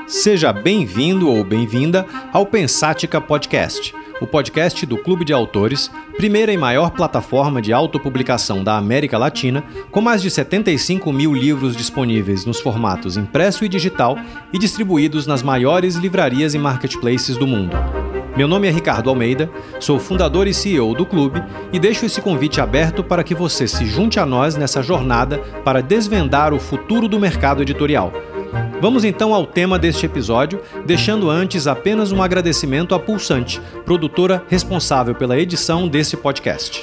Seja bem-vindo ou bem-vinda ao Pensática Podcast, o podcast do Clube de Autores, primeira e maior plataforma de autopublicação da América Latina, com mais de 75 mil livros disponíveis nos formatos impresso e digital e distribuídos nas maiores livrarias e marketplaces do mundo. Meu nome é Ricardo Almeida, sou fundador e CEO do clube e deixo esse convite aberto para que você se junte a nós nessa jornada para desvendar o futuro do mercado editorial. Vamos então ao tema deste episódio, deixando antes apenas um agradecimento à Pulsante, produtora responsável pela edição desse podcast.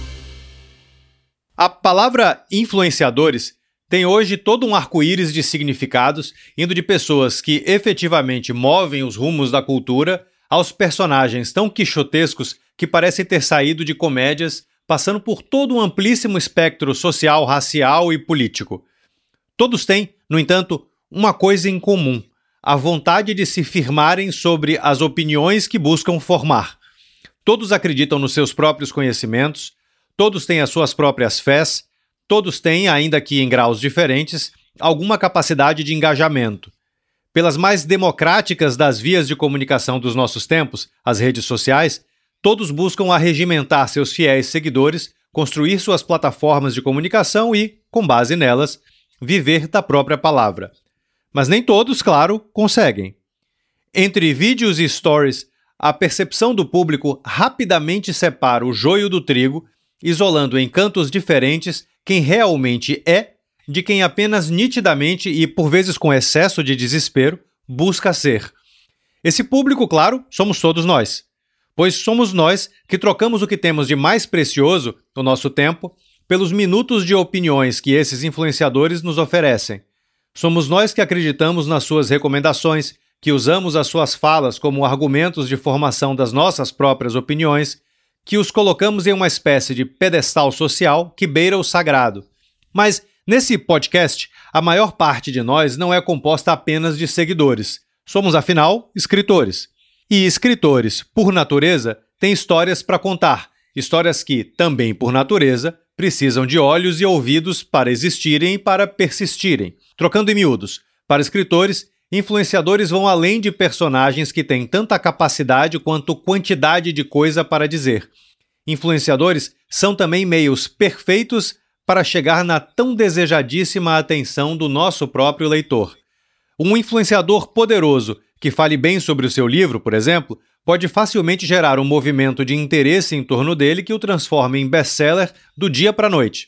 A palavra influenciadores tem hoje todo um arco-íris de significados, indo de pessoas que efetivamente movem os rumos da cultura aos personagens tão quixotescos que parecem ter saído de comédias, passando por todo um amplíssimo espectro social, racial e político. Todos têm, no entanto, uma coisa em comum: a vontade de se firmarem sobre as opiniões que buscam formar. Todos acreditam nos seus próprios conhecimentos, todos têm as suas próprias fés, todos têm, ainda que em graus diferentes, alguma capacidade de engajamento. Pelas mais democráticas das vias de comunicação dos nossos tempos, as redes sociais, todos buscam arregimentar seus fiéis seguidores, construir suas plataformas de comunicação e, com base nelas, viver da própria palavra. Mas nem todos, claro, conseguem. Entre vídeos e stories, a percepção do público rapidamente separa o joio do trigo, isolando em cantos diferentes quem realmente é de quem apenas nitidamente e, por vezes com excesso de desespero, busca ser. Esse público, claro, somos todos nós. Pois somos nós que trocamos o que temos de mais precioso, o nosso tempo, pelos minutos de opiniões que esses influenciadores nos oferecem. Somos nós que acreditamos nas suas recomendações, que usamos as suas falas como argumentos de formação das nossas próprias opiniões, que os colocamos em uma espécie de pedestal social que beira o sagrado. Mas, nesse podcast, a maior parte de nós não é composta apenas de seguidores. Somos, afinal, escritores. E escritores, por natureza, têm histórias para contar. Histórias que, também por natureza, precisam de olhos e ouvidos para existirem e para persistirem. Trocando em miúdos, para escritores, influenciadores vão além de personagens que têm tanta capacidade quanto quantidade de coisa para dizer. Influenciadores são também meios perfeitos para chegar na tão desejadíssima atenção do nosso próprio leitor. Um influenciador poderoso que fale bem sobre o seu livro, por exemplo, pode facilmente gerar um movimento de interesse em torno dele que o transforme em best-seller do dia para a noite.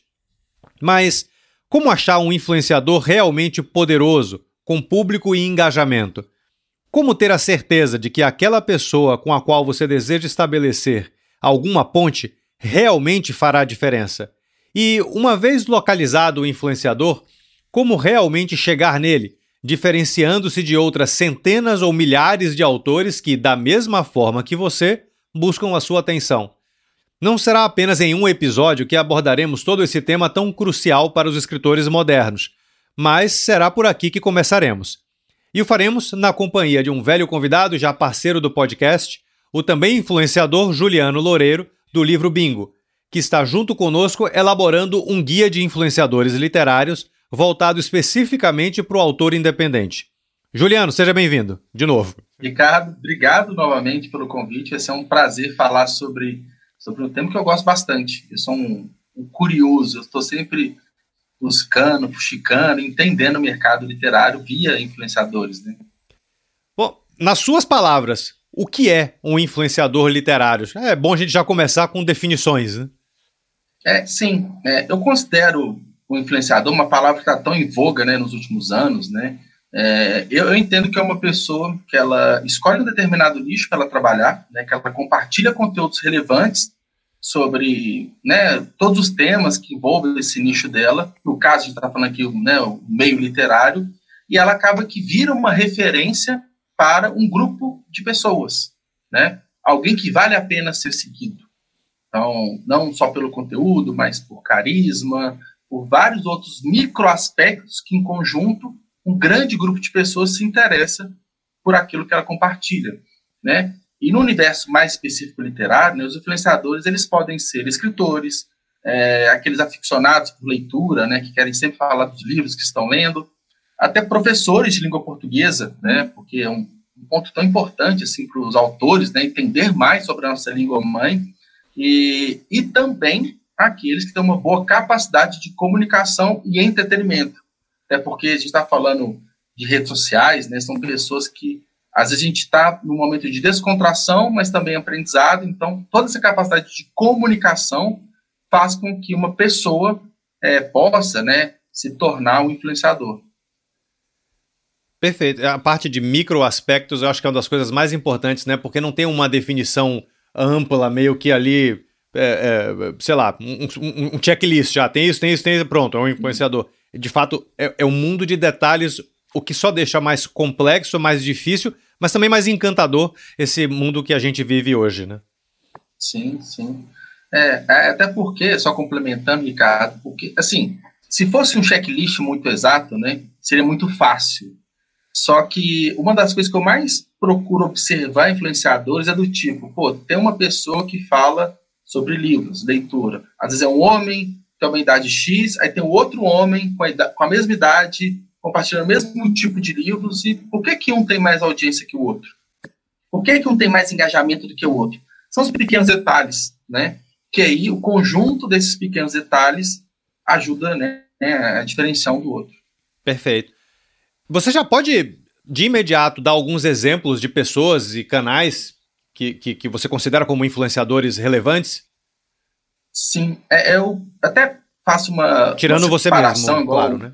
Mas como achar um influenciador realmente poderoso, com público e engajamento? Como ter a certeza de que aquela pessoa com a qual você deseja estabelecer alguma ponte realmente fará diferença? E, uma vez localizado o influenciador, como realmente chegar nele, diferenciando-se de outras centenas ou milhares de autores que, da mesma forma que você, buscam a sua atenção? Não será apenas em um episódio que abordaremos todo esse tema tão crucial para os escritores modernos, mas será por aqui que começaremos. E o faremos na companhia de um velho convidado, já parceiro do podcast, o também influenciador Juliano Loureiro, do livro Bingo, que está junto conosco elaborando um guia de influenciadores literários voltado especificamente para o autor independente. Juliano, seja bem-vindo, de novo. Ricardo, obrigado novamente pelo convite. Vai ser um prazer falar sobre um tema que eu gosto bastante. Eu sou um curioso, eu estou sempre buscando, fuxicando, entendendo o mercado literário via influenciadores, né? Bom, nas suas palavras, o que é um influenciador literário? É bom a gente já começar com definições, né? Sim. Eu considero o influenciador uma palavra que está tão em voga, né, nos últimos anos, né? Eu entendo que é uma pessoa que ela escolhe um determinado nicho para ela trabalhar, né, que ela compartilha conteúdos relevantes sobre, né, todos os temas que envolvem esse nicho dela. No caso, a gente está falando aqui, né, o meio literário, e ela acaba que vira uma referência para um grupo de pessoas, né? Alguém que vale a pena ser seguido. Então, não só pelo conteúdo, mas por carisma, por vários outros microaspectos que, em conjunto, um grande grupo de pessoas se interessa por aquilo que ela compartilha, né? E no universo mais específico literário, né, os influenciadores eles podem ser escritores, aqueles aficionados por leitura, né, que querem sempre falar dos livros que estão lendo, até professores de língua portuguesa, né, porque é um ponto tão importante assim, para os autores, né, entender mais sobre a nossa língua mãe, e também aqueles que têm uma boa capacidade de comunicação e entretenimento. Até porque a gente está falando de redes sociais, né, são pessoas que, às vezes, a gente está num momento de descontração, mas também aprendizado, então toda essa capacidade de comunicação faz com que uma pessoa possa, né, se tornar um influenciador. Perfeito. A parte de microaspectos eu acho que é uma das coisas mais importantes, né? Porque não tem uma definição ampla, meio que ali, sei lá, um checklist, já tem isso, pronto, é um influenciador. De fato, é um mundo de detalhes, o que só deixa mais complexo, mais difícil, mas também mais encantador esse mundo que a gente vive hoje, né? Sim, sim. Até porque, só complementando, Ricardo, porque, assim, se fosse um checklist muito exato, né, seria muito fácil. Só que uma das coisas que eu mais procuro observar influenciadores é do tipo, tem uma pessoa que fala sobre livros, leitura. Às vezes é um homem, tem uma idade X, aí tem outro homem com a mesma idade, compartilhando o mesmo tipo de livros, e por que um tem mais audiência que o outro? Por que um tem mais engajamento do que o outro? São os pequenos detalhes, né? Que aí o conjunto desses pequenos detalhes ajuda, né, a diferenciar um do outro. Perfeito. Você já pode, de imediato, dar alguns exemplos de pessoas e canais que você considera como influenciadores relevantes? Sim, eu até faço Tirando uma você mesmo, igual, claro, né?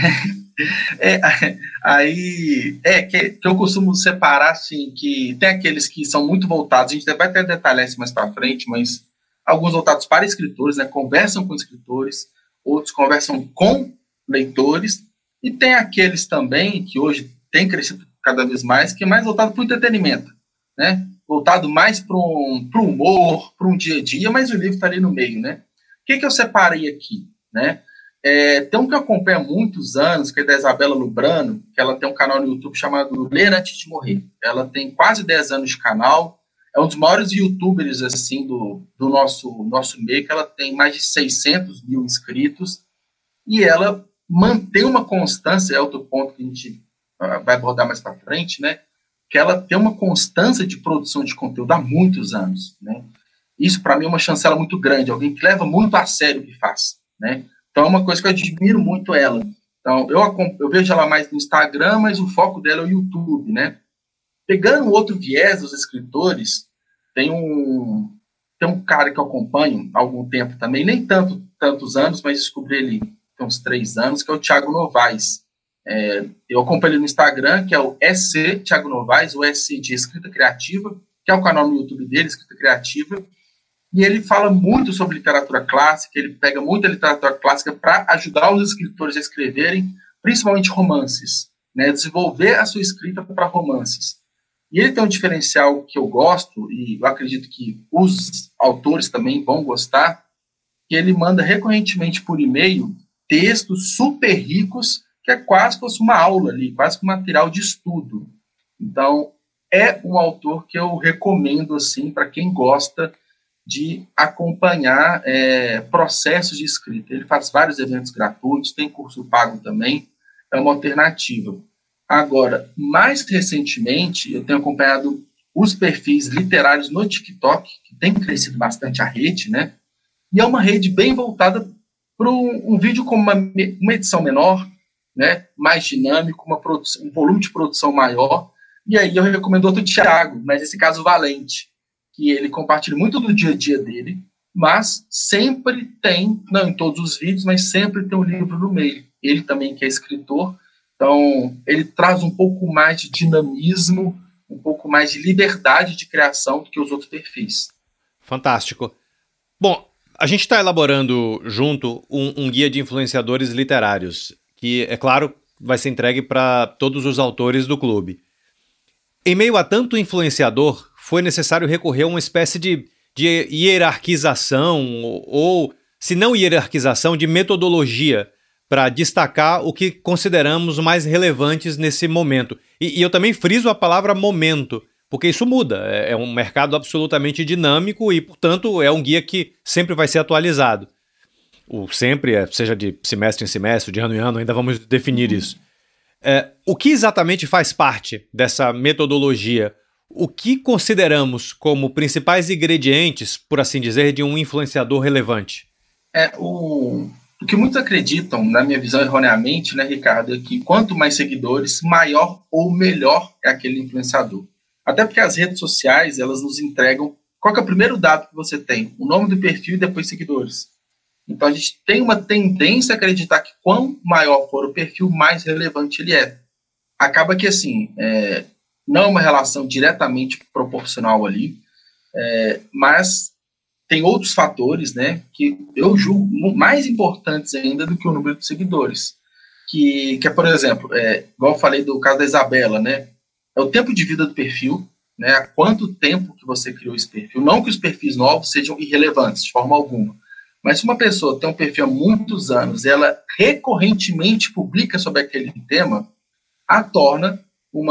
Que eu costumo separar, assim, que tem aqueles que são muito voltados, a gente vai até detalhar isso mais para frente, mas alguns voltados para escritores, né, conversam com escritores, outros conversam com leitores, e tem aqueles também que hoje tem crescido cada vez mais, que é mais voltado para o entretenimento, né? Voltado mais para o humor, para um dia a dia, mas o livro está ali no meio, né? O que eu separei aqui, né? Tem um que eu acompanho há muitos anos, que é da Isabela Lubrano, que ela tem um canal no YouTube chamado Ler Antes de Morrer. Ela tem quase 10 anos de canal, é um dos maiores youtubers assim, do nosso meio, que ela tem mais de 600 mil inscritos, e ela mantém uma constância, é outro ponto que a gente vai abordar mais para frente, né? Que ela tem uma constância de produção de conteúdo há muitos anos, né? Isso, para mim, é uma chancela muito grande, alguém que leva muito a sério o que faz, né? Então, é uma coisa que eu admiro muito ela. Então, eu vejo ela mais no Instagram, mas o foco dela é o YouTube, né? Pegando outro viés dos escritores, tem um cara que eu acompanho há algum tempo também, nem tantos anos, mas descobri ele tem uns 3 anos, que é o Thiago Novaes. Eu acompanho ele no Instagram, que é o SC Thiago Novaes, o SC de Escrita Criativa, que é o canal no YouTube dele, Escrita Criativa, e ele fala muito sobre literatura clássica, ele pega muita literatura clássica para ajudar os escritores a escreverem, principalmente romances, né, desenvolver a sua escrita para romances. E ele tem um diferencial que eu gosto, e eu acredito que os autores também vão gostar, que ele manda recorrentemente por e-mail textos super ricos, que é quase como uma aula ali, quase como material de estudo. Então, é um autor que eu recomendo assim, para quem gosta de acompanhar processos de escrita. Ele faz vários eventos gratuitos, tem curso pago também, é uma alternativa. Agora, mais recentemente, eu tenho acompanhado os perfis literários no TikTok, que tem crescido bastante a rede, né? E é uma rede bem voltada para um vídeo com uma edição menor, né? Mais dinâmico, um volume de produção maior. E aí eu recomendo outro Thiago, mas nesse caso Valente, que ele compartilha muito do dia a dia dele, mas sempre tem, não em todos os vídeos, mas sempre tem um livro no meio. Ele também que é escritor, então ele traz um pouco mais de dinamismo, um pouco mais de liberdade de criação do que os outros perfis. Fantástico. Bom, a gente está elaborando junto um guia de influenciadores literários, que, é claro, vai ser entregue para todos os autores do clube. Em meio a tanto influenciador, foi necessário recorrer a uma espécie de hierarquização, ou, se não hierarquização, de metodologia, para destacar o que consideramos mais relevantes nesse momento. E eu também friso a palavra momento, porque isso muda. É um mercado absolutamente dinâmico e, portanto, é um guia que sempre vai ser atualizado. O sempre, seja de semestre em semestre, de ano em ano, ainda vamos definir isso. O que exatamente faz parte dessa metodologia? O que consideramos como principais ingredientes, por assim dizer, de um influenciador relevante? O que muitos acreditam, na minha visão erroneamente, né, Ricardo, é que quanto mais seguidores, maior ou melhor é aquele influenciador. Até porque as redes sociais, elas nos entregam qual que é o primeiro dado que você tem, o nome do perfil e depois seguidores. Então a gente tem uma tendência a acreditar que quanto maior for o perfil, mais relevante ele é. Acaba que assim, não é uma relação diretamente proporcional ali, mas tem outros fatores, né, que eu julgo mais importantes ainda do que o número de seguidores. Que é, por exemplo, igual eu falei do caso da Isabela, né, é o tempo de vida do perfil, né, há quanto tempo que você criou esse perfil. Não que os perfis novos sejam irrelevantes, de forma alguma. Mas se uma pessoa tem um perfil há muitos anos e ela recorrentemente publica sobre aquele tema, a torna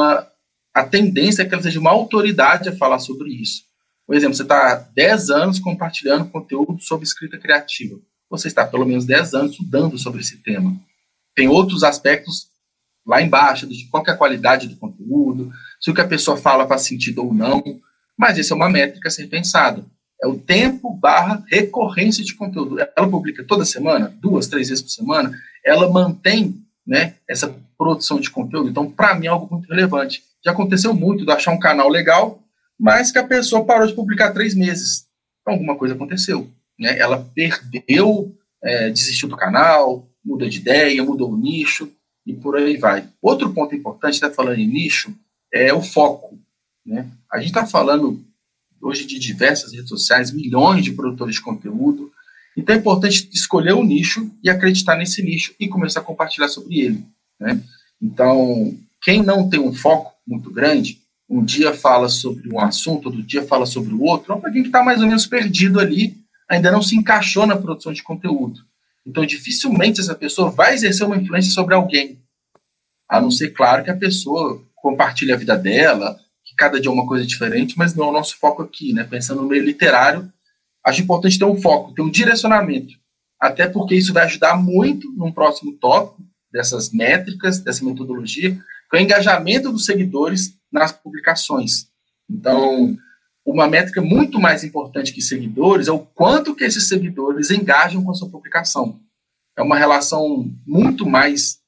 a tendência é que ela seja uma autoridade a falar sobre isso. Por exemplo, você está há 10 anos compartilhando conteúdo sobre escrita criativa. Você está pelo menos 10 anos estudando sobre esse tema. Tem outros aspectos lá embaixo, de qual é a qualidade do conteúdo, se o que a pessoa fala faz sentido ou não, mas isso é uma métrica a ser pensada. É o tempo / recorrência de conteúdo. Ela publica toda semana, 2, 3 vezes por semana, ela mantém, né, essa produção de conteúdo. Então, para mim, é algo muito relevante. Já aconteceu muito de achar um canal legal, mas que a pessoa parou de publicar 3 meses. Então, alguma coisa aconteceu. Né? Ela perdeu, desistiu do canal, mudou de ideia, mudou o nicho, e por aí vai. Outro ponto importante, está falando em nicho, é o foco. Né? A gente está falando hoje de diversas redes sociais, milhões de produtores de conteúdo, então é importante escolher o nicho e acreditar nesse nicho e começar a compartilhar sobre ele. Né? Então, quem não tem um foco muito grande, um dia fala sobre um assunto, outro dia fala sobre o outro, é para quem está mais ou menos perdido ali, ainda não se encaixou na produção de conteúdo. Então, dificilmente essa pessoa vai exercer uma influência sobre alguém, a não ser, claro, que a pessoa compartilhe a vida dela, que cada dia é uma coisa diferente, mas não é o nosso foco aqui, né? Pensando no meio literário, acho importante ter um foco, ter um direcionamento, até porque isso vai ajudar muito num próximo tópico dessas métricas, dessa metodologia, que é o engajamento dos seguidores nas publicações. Então, uma métrica muito mais importante que seguidores é o quanto que esses seguidores engajam com a sua publicação. É uma relação muito mais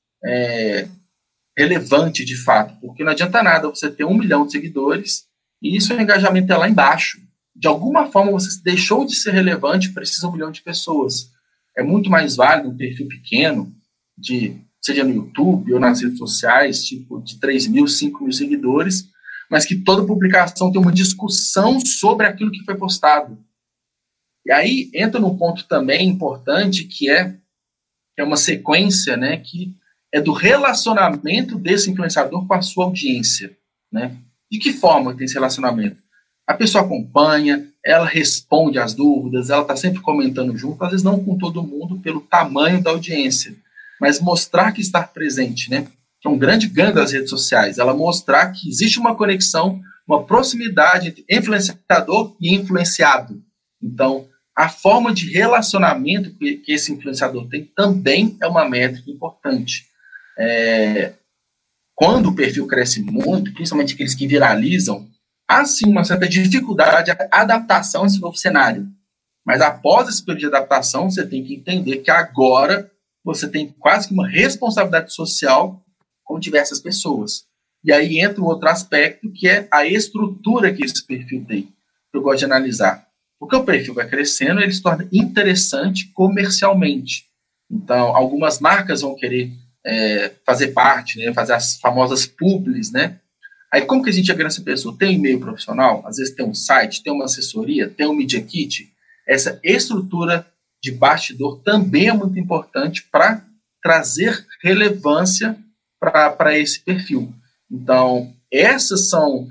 relevante, de fato, porque não adianta nada você ter 1 milhão de seguidores e seu engajamento é lá embaixo. De alguma forma, você deixou de ser relevante, precisa 1 milhão de pessoas. É muito mais válido um perfil pequeno, seja no YouTube ou nas redes sociais, tipo de 3 mil, 5 mil seguidores, mas que toda publicação tem uma discussão sobre aquilo que foi postado. E aí entra num ponto também importante, que é uma sequência, né, que é do relacionamento desse influenciador com a sua audiência. Né? De que forma tem esse relacionamento? A pessoa acompanha, ela responde às dúvidas, ela está sempre comentando junto, às vezes não com todo mundo, pelo tamanho da audiência, mas mostrar que está presente, né? Que é um grande ganho das redes sociais, ela mostrar que existe uma conexão, uma proximidade entre influenciador e influenciado. Então, a forma de relacionamento que esse influenciador tem também é uma métrica importante. Quando o perfil cresce muito, principalmente aqueles que viralizam, há sim uma certa dificuldade, a adaptação a esse novo cenário. Mas após esse período de adaptação, você tem que entender que agora você tem quase que uma responsabilidade social com diversas pessoas. E aí entra um outro aspecto, que é a estrutura que esse perfil tem, que eu gosto de analisar. Porque o perfil vai crescendo, ele se torna interessante comercialmente. Então, algumas marcas vão querer fazer parte, né, fazer as famosas publis, né? Aí, como que a gente chega nessa pessoa? Tem um e-mail profissional, às vezes tem um site, tem uma assessoria, tem um Media Kit. Essa estrutura de bastidor também é muito importante para trazer relevância para esse perfil. Então, essas são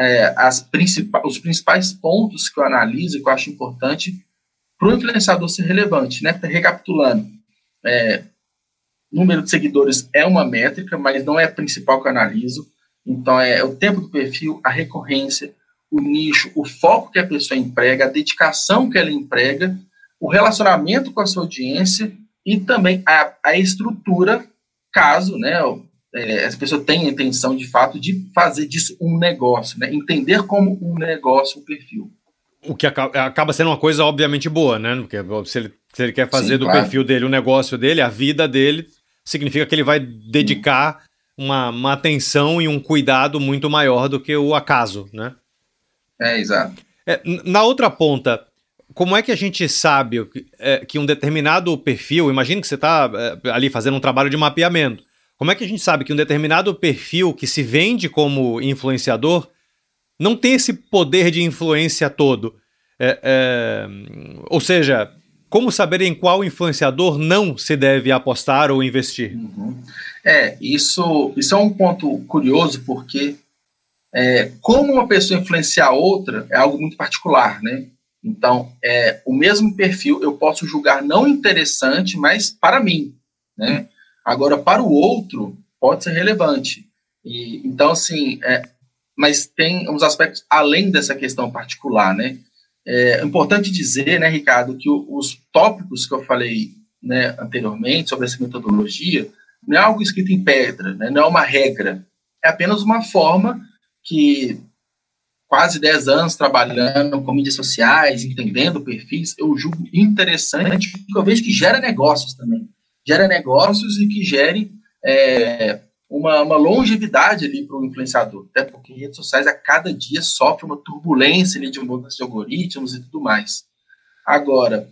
os principais pontos que eu analiso e que eu acho importante para o influenciador ser relevante. Né? Recapitulando, número de seguidores é uma métrica, mas não é a principal que eu analiso. Então, é o tempo do perfil, a recorrência, o nicho, o foco que a pessoa emprega, a dedicação que ela emprega, o relacionamento com a sua audiência e também a estrutura, caso, né, essa pessoa tem a intenção, de fato, de fazer disso um negócio, né? Entender como um negócio o perfil. O que acaba sendo uma coisa obviamente boa, né? Porque se ele quer fazer do perfil dele o negócio dele, a vida dele, significa que ele vai dedicar uma atenção e um cuidado muito maior do que o acaso, né? Exato. Na outra ponta, como é que a gente sabe que um determinado perfil, imagina que você está ali fazendo um trabalho de mapeamento, como é que a gente sabe que um determinado perfil que se vende como influenciador não tem esse poder de influência todo? Ou seja, como saber em qual influenciador não se deve apostar ou investir? Isso é um ponto curioso, porque como uma pessoa influenciar outra é algo muito particular, né? Então, o mesmo perfil eu posso julgar não interessante, mas para mim, né? Agora, para o outro, pode ser relevante. Então, assim, mas tem uns aspectos além dessa questão particular, né? É importante dizer, né, Ricardo, que os tópicos que eu falei, né, anteriormente sobre essa metodologia não é algo escrito em pedra, né? Não é uma regra, é apenas uma forma que quase 10 anos trabalhando com mídias sociais, entendendo perfis, eu julgo interessante, porque eu vejo que gera negócios também. Gera negócios e que gere uma longevidade ali para o influenciador. Até porque redes sociais a cada dia sofrem uma turbulência ali de mudança de algoritmos e tudo mais. Agora,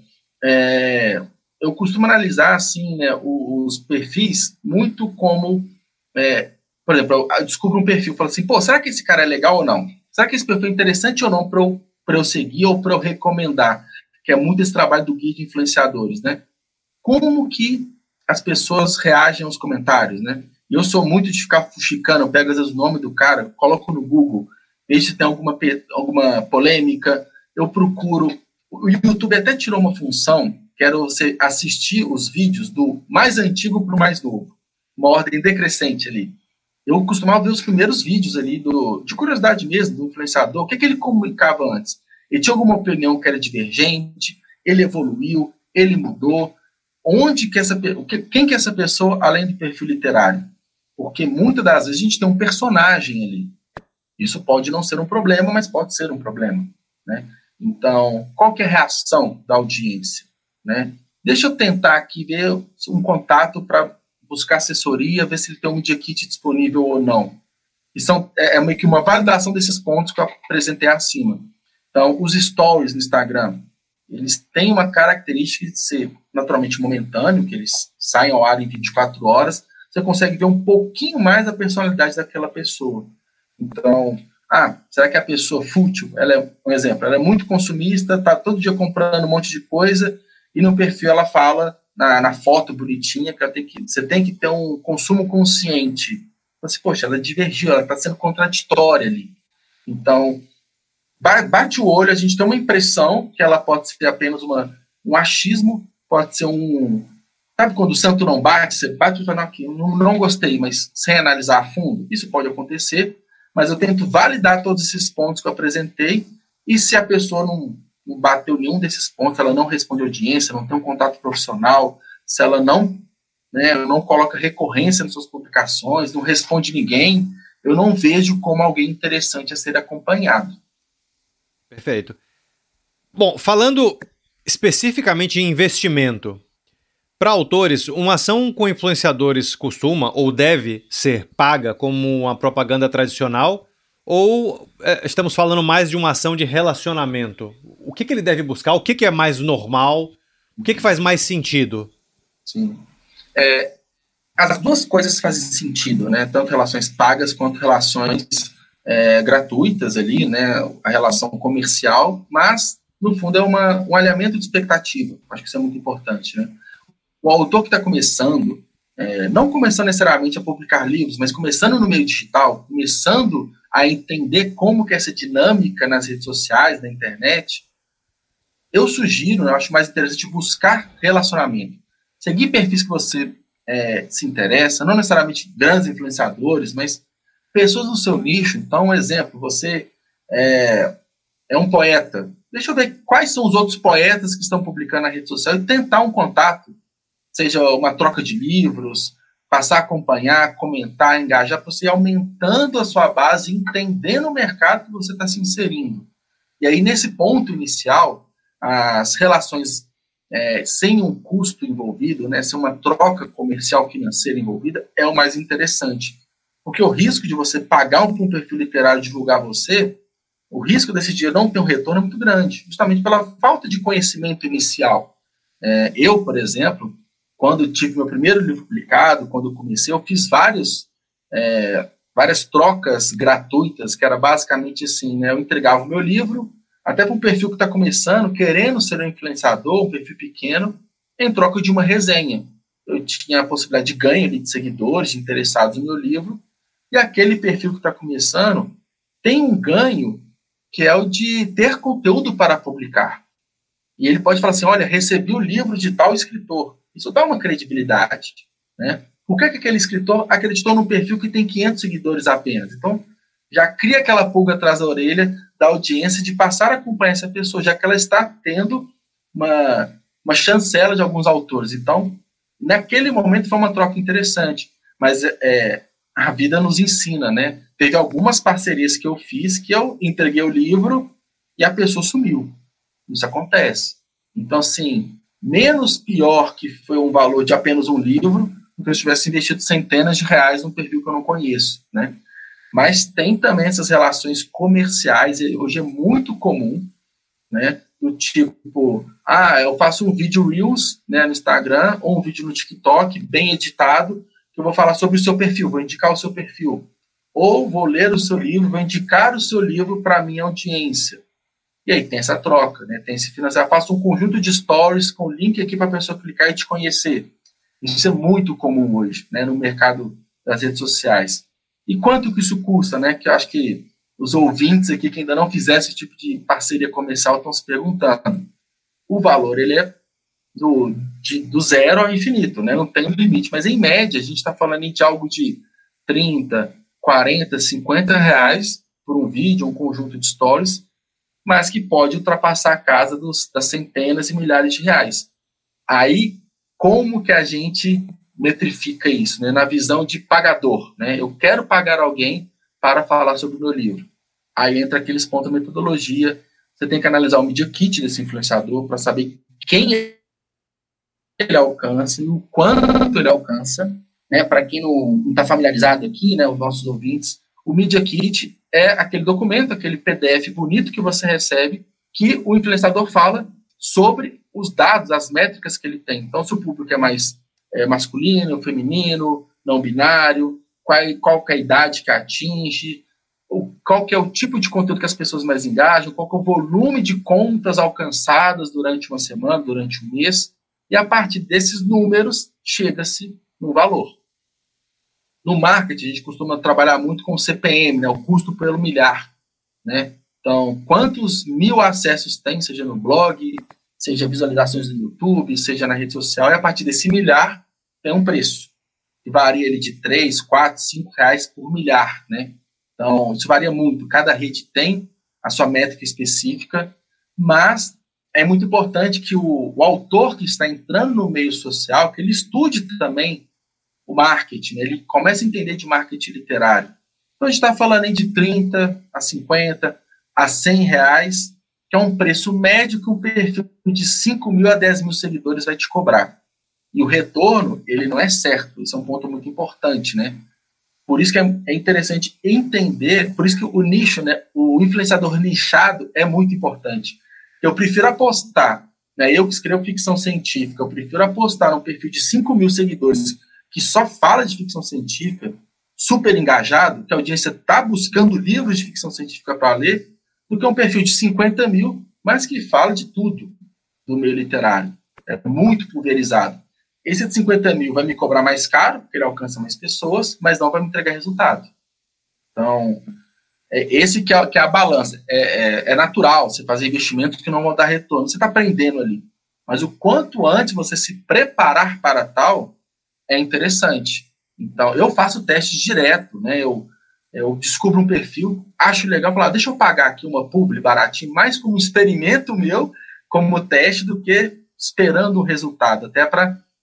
eu costumo analisar assim, né, os perfis muito como... por exemplo, eu descubro um perfil e falo assim, será que esse cara é legal ou não? Será que esse perfil é interessante ou não para eu seguir ou para eu recomendar? Que é muito esse trabalho do guia de influenciadores, né? Como que as pessoas reagem aos comentários, né? E eu sou muito de ficar fuxicando, eu pego às vezes o nome do cara, coloco no Google, vejo se tem alguma polêmica, eu procuro... O YouTube até tirou uma função, que era você assistir os vídeos do mais antigo para o mais novo, uma ordem decrescente ali. Eu costumava ver os primeiros vídeos ali, de curiosidade mesmo, do influenciador, o que ele comunicava antes. Ele tinha alguma opinião que era divergente, ele evoluiu, ele mudou. Quem que é essa pessoa, além do perfil literário? Porque muitas das vezes a gente tem um personagem ali. Isso pode não ser um problema, mas pode ser um problema, né? Então, qual que é a reação da audiência, né? Deixa eu tentar aqui ver um contato para buscar assessoria, ver se ele tem um Media Kit disponível ou não. E meio que uma validação desses pontos que eu apresentei acima. Então, os stories no Instagram, eles têm uma característica de ser naturalmente momentâneo, que eles saem ao ar em 24 horas, você consegue ver um pouquinho mais a personalidade daquela pessoa. Então, será que a pessoa fútil, um exemplo, ela é muito consumista, está todo dia comprando um monte de coisa, e no perfil ela fala, na foto bonitinha, que você tem que ter um consumo consciente. Você, poxa, ela divergiu, ela está sendo contraditória ali. Então, bate o olho, a gente tem uma impressão que ela pode ser apenas um achismo, pode ser sabe quando o santo não bate, você bate e fala, aqui, não gostei, mas sem analisar a fundo, isso pode acontecer, mas eu tento validar todos esses pontos que eu apresentei, e se a pessoa não bateu nenhum desses pontos, ela não responde audiência, não tem um contato profissional, se ela não coloca recorrência nas suas publicações, não responde ninguém, eu não vejo como alguém interessante a ser acompanhado. Perfeito. Bom, falando especificamente em investimento, para autores, uma ação com influenciadores costuma ou deve ser paga como uma propaganda tradicional, ou estamos falando mais de uma ação de relacionamento? O que ele deve buscar? O que é mais normal? O que faz mais sentido? Sim. As duas coisas fazem sentido, né? Tanto relações pagas quanto relações gratuitas ali, né? A relação comercial, mas, no fundo, é um alinhamento de expectativa. Acho que isso é muito importante, né? O autor que está começando, não começando necessariamente a publicar livros, mas começando no meio digital, começando a entender como que é essa dinâmica nas redes sociais, na internet, eu sugiro, eu acho mais interessante buscar relacionamento. Seguir perfis que você se interessa, não necessariamente grandes influenciadores, mas pessoas no seu nicho. Então, um exemplo, você é um poeta. Deixa eu ver quais são os outros poetas que estão publicando na rede social e tentar um contato, seja uma troca de livros, passar a acompanhar, comentar, engajar, para você ir aumentando a sua base, entendendo o mercado que você está se inserindo. E aí, nesse ponto inicial, as relações sem um custo envolvido, né, sem uma troca comercial financeira envolvida, é o mais interessante. Porque o risco de você pagar um perfil literário divulgar você, o risco desse dinheiro não ter um retorno é muito grande, justamente pela falta de conhecimento inicial. Eu, por exemplo, quando tive meu primeiro livro publicado, quando eu comecei, eu fiz várias trocas gratuitas, que era basicamente assim, né, eu entregava o meu livro, até para um perfil que está começando, querendo ser um influenciador, um perfil pequeno, em troca de uma resenha. Eu tinha a possibilidade de ganho ali, de seguidores, de interessados no meu livro, e aquele perfil que está começando tem um ganho que é o de ter conteúdo para publicar. E ele pode falar assim, olha, recebi o livro de tal escritor. Isso dá uma credibilidade, né? Por que aquele escritor acreditou num perfil que tem 500 seguidores apenas? Então, já cria aquela pulga atrás da orelha da audiência de passar a acompanhar essa pessoa, já que ela está tendo uma chancela de alguns autores. Então, naquele momento foi uma troca interessante, mas a vida nos ensina, né? Teve algumas parcerias que eu fiz que eu entreguei o livro e a pessoa sumiu. Isso acontece. Então, assim, menos pior que foi um valor de apenas um livro do que eu tivesse investido centenas de reais num perfil que eu não conheço, né? Mas tem também essas relações comerciais, hoje é muito comum, né? Do tipo, eu faço um vídeo Reels, né, no Instagram, ou um vídeo no TikTok, bem editado, que eu vou falar sobre o seu perfil, vou indicar o seu perfil. Ou vou ler o seu livro, vou indicar o seu livro para a minha audiência. E aí tem essa troca, né? Tem esse financiamento. Eu faço um conjunto de stories com link aqui para a pessoa clicar e te conhecer. Isso é muito comum hoje, né, no mercado das redes sociais. E quanto que isso custa, né? Que eu acho que os ouvintes aqui que ainda não fizeram esse tipo de parceria comercial estão se perguntando. O valor, ele é do zero ao infinito, né? Não tem limite, mas em média a gente está falando de algo de 30, 40, 50 reais por um vídeo, um conjunto de stories, mas que pode ultrapassar a casa das centenas e milhares de reais. Aí, como que a gente metrifica isso, né? Na visão de pagador, né? Eu quero pagar alguém para falar sobre o meu livro. Aí entra aqueles pontos da metodologia. Você tem que analisar o Media Kit desse influenciador para saber quem ele alcança e o quanto ele alcança, né? Para quem não está familiarizado aqui, né, os nossos ouvintes, o Media Kit é aquele documento, aquele PDF bonito que você recebe, que o influenciador fala sobre os dados, as métricas que ele tem. Então, se o público é mais masculino, feminino, não binário, qual que é a idade que atinge, qual que é o tipo de conteúdo que as pessoas mais engajam, qual que é o volume de contas alcançadas durante uma semana, durante um mês, e a partir desses números chega-se no valor. No marketing, a gente costuma trabalhar muito com o CPM, né, o custo pelo milhar, né? Então, quantos 1000 acessos tem, seja no blog, seja visualizações no YouTube, seja na rede social, e a partir desse milhar tem um preço, que varia ali de 3, 4, 5 reais por milhar, né? Então, isso varia muito, cada rede tem a sua métrica específica, mas é muito importante que o autor que está entrando no meio social, que ele estude também o marketing, né? Ele comece a entender de marketing literário. Então, a gente está falando aí de 30 a 50 a 100 reais, que é um preço médio que um perfil de 5 mil a 10 mil seguidores vai te cobrar. E o retorno, ele não é certo. Isso é um ponto muito importante, né? Por isso que é interessante entender, por isso que o nicho, né, o influenciador nichado é muito importante. Eu prefiro apostar, né, eu que escrevo ficção científica, eu prefiro apostar num perfil de 5 mil seguidores que só fala de ficção científica, super engajado, que a audiência está buscando livros de ficção científica para ler, do que um perfil de 50 mil, mas que fala de tudo do meio literário. É muito pulverizado. Esse de 50 mil vai me cobrar mais caro, porque ele alcança mais pessoas, mas não vai me entregar resultado. Então, esse que é a balança. É natural você fazer investimentos que não vão dar retorno. Você está aprendendo ali. Mas o quanto antes você se preparar para tal, é interessante. Então, eu faço testes direto, né? Eu descubro um perfil, acho legal, falar, deixa eu pagar aqui uma publi baratinho, mais como um experimento meu, como teste, do que esperando um resultado, até para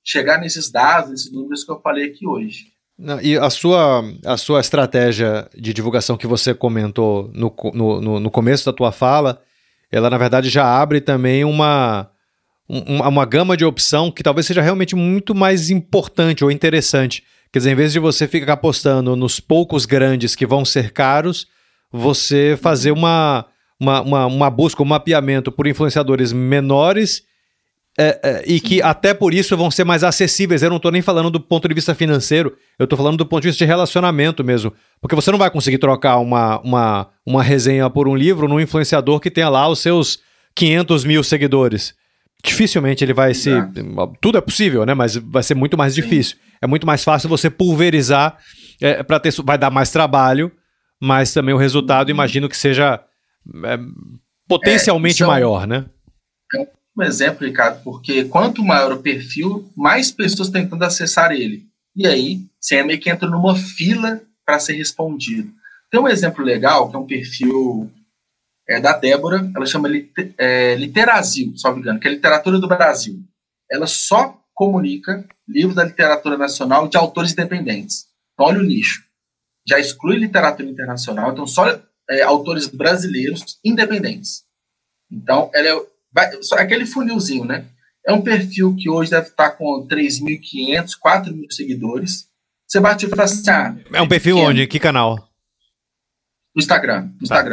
chegar nesses dados, nesses números que eu falei aqui hoje. E a sua estratégia de divulgação que você comentou no começo da tua fala, ela na verdade já abre também uma gama de opção que talvez seja realmente muito mais importante ou interessante. Quer dizer, em vez de você ficar apostando nos poucos grandes que vão ser caros, você fazer uma busca, um mapeamento por influenciadores menores e que até por isso vão ser mais acessíveis. Eu não estou nem falando do ponto de vista financeiro, eu estou falando do ponto de vista de relacionamento mesmo. Porque você não vai conseguir trocar uma resenha por um livro num influenciador que tenha lá os seus 500 mil seguidores. Dificilmente ele vai se... Tudo é possível, né? Mas vai ser muito mais difícil. É muito mais fácil você pulverizar, vai dar mais trabalho, mas também o resultado imagino que seja potencialmente maior, né? Um exemplo, Ricardo, porque quanto maior o perfil, mais pessoas tentando acessar ele. E aí, você meio que entra numa fila para ser respondido. Tem um exemplo legal, que é um perfil da Débora, ela chama Literazil, se não me engano, que é Literatura do Brasil. Ela só comunica livros da literatura nacional de autores independentes. Então, olha o nicho. Já exclui literatura internacional, então só autores brasileiros independentes. Então, ela aquele funilzinho, né? É um perfil que hoje deve estar com 3.500, 4.000 seguidores. Você bate e fala assim... é um perfil onde? Que canal? No Instagram.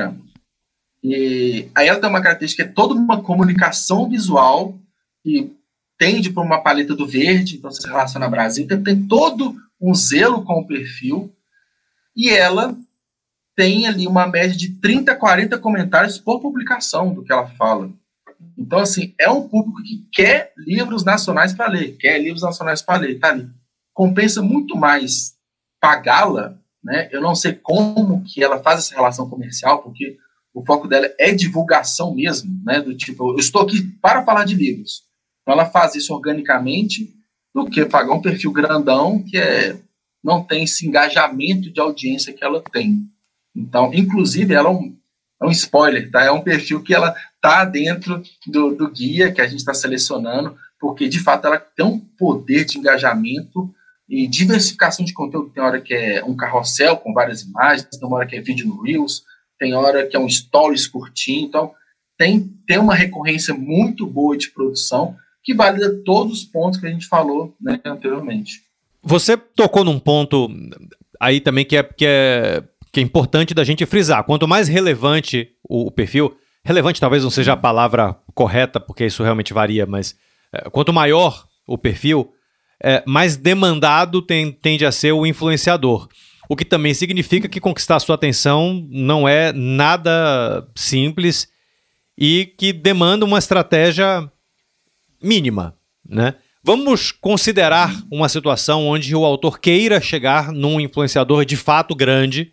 E aí ela tem uma característica que é toda uma comunicação visual que tende para uma paleta do verde, então você se relaciona ao Brasil, tem todo um zelo com o perfil, e ela tem ali uma média de 30, 40 comentários por publicação do que ela fala. Então, assim, é um público que quer livros nacionais para ler, tá ali. Compensa muito mais pagá-la, né? Eu não sei como que ela faz essa relação comercial, porque o foco dela é divulgação mesmo, né? Do tipo, eu estou aqui para falar de livros. Então, ela faz isso organicamente, do que pagar um perfil grandão que não tem esse engajamento de audiência que ela tem. Então, inclusive, ela é um spoiler, tá? É um perfil que ela está dentro do guia que a gente está selecionando, porque, de fato, ela tem um poder de engajamento e diversificação de conteúdo. Tem hora que é um carrossel com várias imagens, tem hora que é vídeo no Reels, tem hora que é um stories curtinho. Então, tem uma recorrência muito boa de produção que valida todos os pontos que a gente falou, né, anteriormente. Você tocou num ponto aí também que é importante da gente frisar. Quanto mais relevante o perfil, relevante talvez não seja a palavra correta, porque isso realmente varia, mas quanto maior o perfil, mais demandado tende a ser o influenciador. O que também significa que conquistar a sua atenção não é nada simples e que demanda uma estratégia mínima, né? Vamos considerar uma situação onde o autor queira chegar num influenciador de fato grande.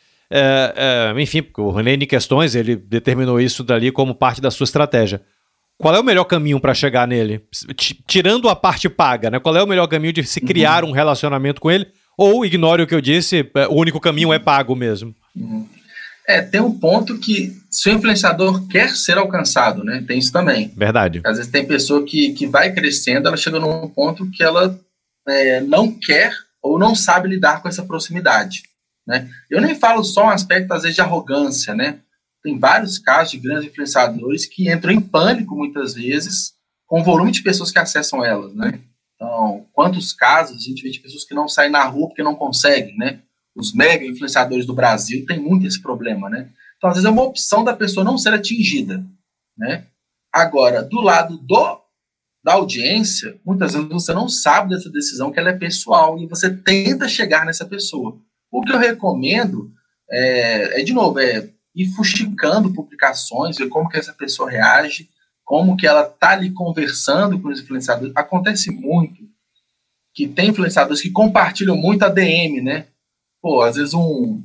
Enfim, porque o René em Questões, ele determinou isso dali como parte da sua estratégia. Qual é o melhor caminho para chegar nele? Tirando a parte paga, né? Qual é o melhor caminho de se criar um relacionamento com ele? Ou, ignore o que eu disse, o único caminho é pago mesmo? Tem um ponto que, se o influenciador quer ser alcançado, né? Tem isso também. Verdade. Às vezes tem pessoa que vai crescendo, ela chega num ponto que ela não quer ou não sabe lidar com essa proximidade, né? Eu nem falo só um aspecto, às vezes, de arrogância, né? Tem vários casos de grandes influenciadores que entram em pânico, muitas vezes, com o volume de pessoas que acessam elas, né? Então, quantos casos a gente vê de pessoas que não saem na rua porque não conseguem, né? Os mega influenciadores do Brasil têm muito esse problema, né? Então, às vezes, é uma opção da pessoa não ser atingida, né? Agora, do lado da audiência, muitas vezes você não sabe dessa decisão, que ela é pessoal, e você tenta chegar nessa pessoa. O que eu recomendo de novo, ir fuxicando publicações, ver como que essa pessoa reage, como que ela está ali conversando com os influenciadores. Acontece muito que tem influenciadores que compartilham muito a DM, né? Pô, às vezes um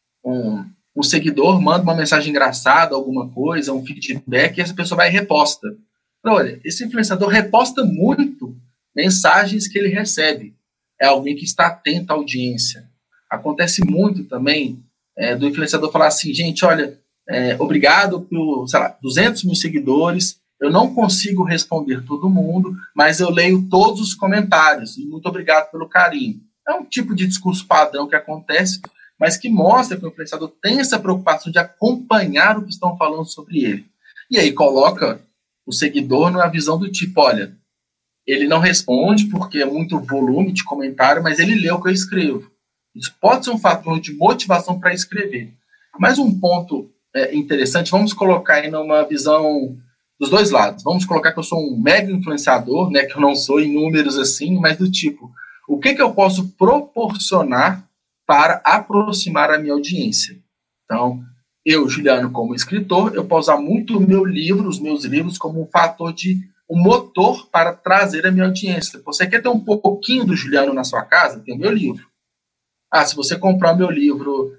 seguidor manda uma mensagem engraçada, alguma coisa, um feedback, e essa pessoa vai e reposta. Olha, esse influenciador reposta muito mensagens que ele recebe. É alguém que está atento à audiência. Acontece muito também do influenciador falar assim, gente, olha, obrigado por, 200 mil seguidores, eu não consigo responder todo mundo, mas eu leio todos os comentários, e muito obrigado pelo carinho. É um tipo de discurso padrão que acontece, mas que mostra que o influenciador tem essa preocupação de acompanhar o que estão falando sobre ele. E aí coloca o seguidor numa visão do tipo, olha, ele não responde porque é muito volume de comentário, mas ele lê o que eu escrevo. Isso pode ser um fator de motivação para escrever. Mas um ponto interessante, vamos colocar aí numa visão dos dois lados. Vamos colocar que eu sou um mega influenciador, né, que eu não sou em números assim, mas do tipo, o que eu posso proporcionar para aproximar a minha audiência? Então, eu, Juliano, como escritor, eu posso usar muito o meu livro, os meus livros, como um fator um motor para trazer a minha audiência. Você quer ter um pouquinho do Juliano na sua casa? Tem o meu livro. Se você comprar o meu livro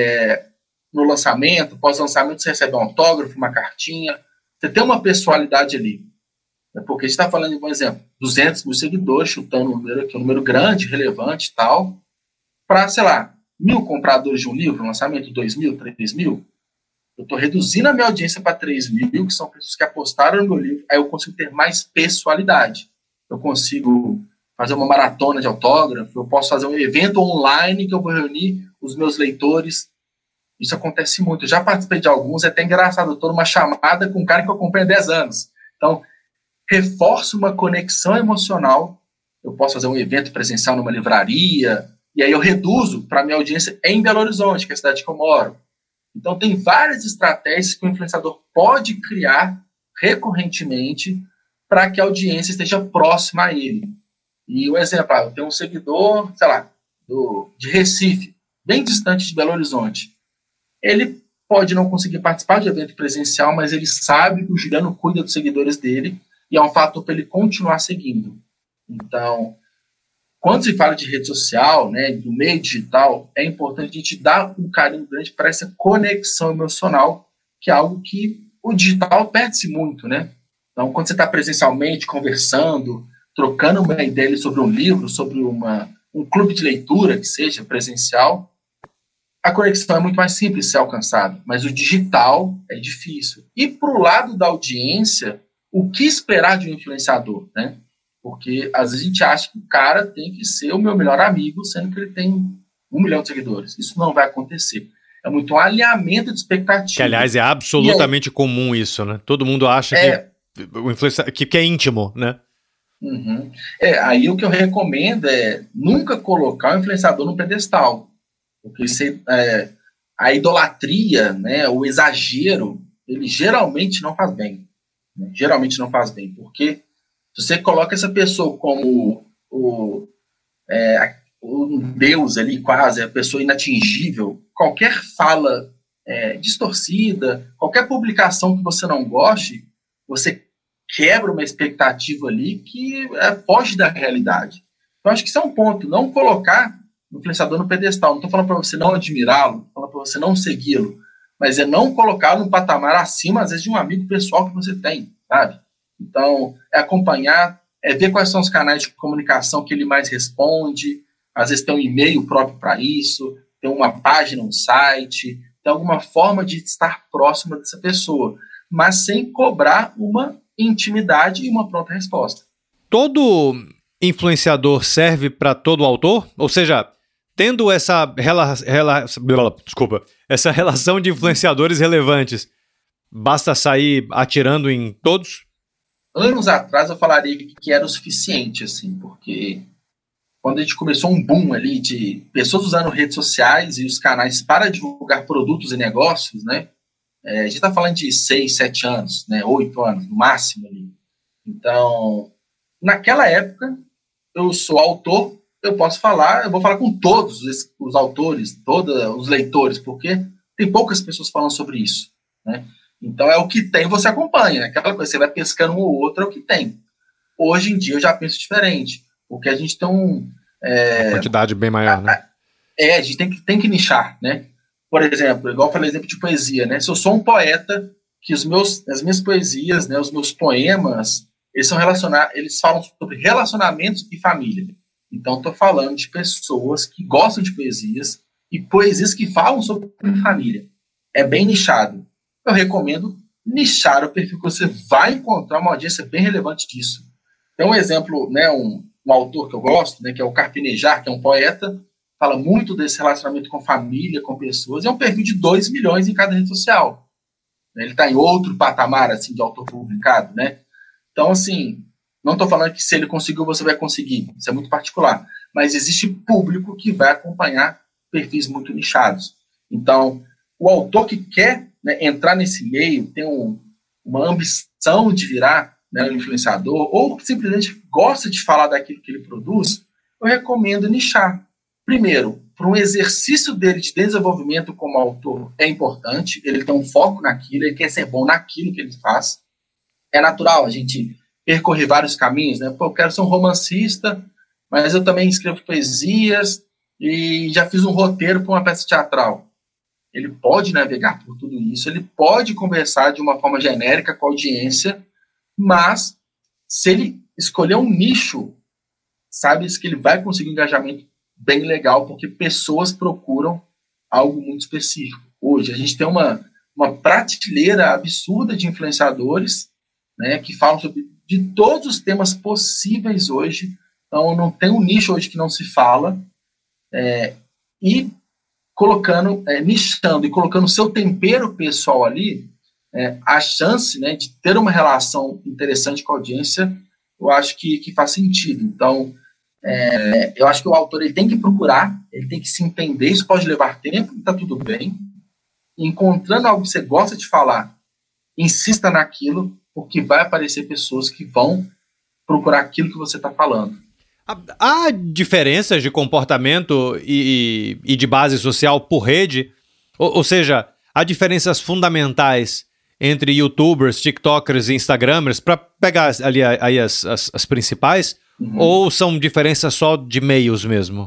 no lançamento, pós-lançamento, você recebe um autógrafo, uma cartinha. Você tem uma pessoalidade ali. Porque a gente está falando de, por exemplo, 200 mil seguidores, chutando um número aqui, um número grande, relevante e tal, para, sei lá, 1.000 compradores de um livro, lançamento 2.000, 3.000. Eu estou reduzindo a minha audiência para 3.000, que são pessoas que apostaram no meu livro, aí eu consigo ter mais pessoalidade. Eu consigo fazer uma maratona de autógrafo, eu posso fazer um evento online que eu vou reunir os meus leitores. Isso acontece muito. Eu já participei de alguns, é até engraçado. Eu estou numa chamada com um cara que eu acompanho há 10 anos. Então, reforço uma conexão emocional. Eu posso fazer um evento presencial numa livraria, e aí eu reduzo para a minha audiência em Belo Horizonte, que é a cidade que eu moro. Então, tem várias estratégias que o influenciador pode criar recorrentemente para que a audiência esteja próxima a ele. E o exemplo, eu tenho um seguidor, sei lá, de Recife, bem distante de Belo Horizonte. Ele pode não conseguir participar de evento presencial, mas ele sabe que o Juliano cuida dos seguidores dele e é um fator para ele continuar seguindo. Então, quando se fala de rede social, né, do meio digital, é importante a gente dar um carinho grande para essa conexão emocional, que é algo que o digital perde-se muito, né? Então, quando você está presencialmente conversando, trocando uma ideia sobre um livro, sobre um clube de leitura, que seja presencial, a conexão é muito mais simples de ser alcançada, mas o digital é difícil. E para o lado da audiência, o que esperar de um influenciador, né? Porque às vezes a gente acha que o cara tem que ser o meu melhor amigo, sendo que ele tem 1 milhão de seguidores. Isso não vai acontecer. É muito um alinhamento de expectativa. Que, aliás, é absolutamente comum isso, né? Todo mundo acha que é íntimo, né? Uhum. Aí o que eu recomendo é nunca colocar o influenciador no pedestal. Porque a idolatria, né, o exagero, ele geralmente não faz bem. Né? Geralmente não faz bem, porque se você coloca essa pessoa como um deus ali, quase, a pessoa inatingível, qualquer fala distorcida, qualquer publicação que você não goste, você quebra uma expectativa ali que foge da realidade. Então, acho que isso é um ponto, não colocar o influenciador no pedestal. Não estou falando para você não admirá-lo, estou falando para você não segui-lo, mas é não colocá-lo num patamar acima, às vezes, de um amigo pessoal que você tem, sabe? Então, é acompanhar, ver quais são os canais de comunicação que ele mais responde, às vezes tem um e-mail próprio para isso, tem uma página, um site, tem alguma forma de estar próximo dessa pessoa, mas sem cobrar uma intimidade e uma pronta resposta. Todo influenciador serve para todo autor? Ou seja, tendo essa relação de influenciadores relevantes, basta sair atirando em todos? Anos atrás eu falaria que era o suficiente, assim, porque quando a gente começou um boom ali de pessoas usando redes sociais e os canais para divulgar produtos e negócios, né? A gente está falando de 6, 7 anos, né? 8 anos, no máximo ali. Então, naquela época, eu sou autor, eu vou falar com todos os autores, todos os leitores, porque tem poucas pessoas falando sobre isso, né? Então, é o que tem, você acompanha. Aquela coisa, você vai pescando um ou outro, é o que tem. Hoje em dia, eu já penso diferente, porque a gente tem uma quantidade bem maior, né? A gente tem que nichar, né? Por exemplo, igual eu falei, exemplo de poesia, né? Se eu sou um poeta, que as minhas poesias, né, os meus poemas, eles falam sobre relacionamentos e família. Então, estou falando de pessoas que gostam de poesias e poesias que falam sobre família. É bem nichado. Eu recomendo nichar o perfil que você vai encontrar uma audiência bem relevante disso. Tem um exemplo, né, um autor que eu gosto, né, que é o Carpinejar, que é um poeta, fala muito desse relacionamento com família, com pessoas, e é um perfil de 2 milhões em cada rede social. Ele está em outro patamar, assim, de autor publicado, né? Então, assim, não estou falando que se ele conseguiu, você vai conseguir. Isso é muito particular. Mas existe público que vai acompanhar perfis muito nichados. Então, o autor que quer, né, entrar nesse meio, tem uma ambição de virar, né, um influenciador, ou simplesmente gosta de falar daquilo que ele produz, eu recomendo nichar. Primeiro, para um exercício dele de desenvolvimento como autor é importante, ele tem um foco naquilo, ele quer ser bom naquilo que ele faz. É natural a gente percorrer vários caminhos, né? Pô, eu quero ser um romancista, mas eu também escrevo poesias e já fiz um roteiro para uma peça teatral. Ele pode navegar por tudo isso, ele pode conversar de uma forma genérica com a audiência, mas se ele escolher um nicho, sabe que ele vai conseguir um engajamento bem legal, porque pessoas procuram algo muito específico. Hoje, a gente tem uma prateleira absurda de influenciadores, né, que falam de todos os temas possíveis hoje. Então, não tem um nicho hoje que não se fala. E colocando, nichando e colocando o seu tempero pessoal ali, a chance, né, de ter uma relação interessante com a audiência, eu acho que faz sentido. Então, eu acho que o autor ele tem que procurar, ele tem que se entender, isso pode levar tempo, está tudo bem. Encontrando algo que você gosta de falar, insista naquilo, porque vai aparecer pessoas que vão procurar aquilo que você está falando. Há diferenças de comportamento e de base social por rede? Ou seja, há diferenças fundamentais entre youtubers, tiktokers e instagramers, para pegar ali aí as principais? Uhum. Ou são diferenças só de meios mesmo?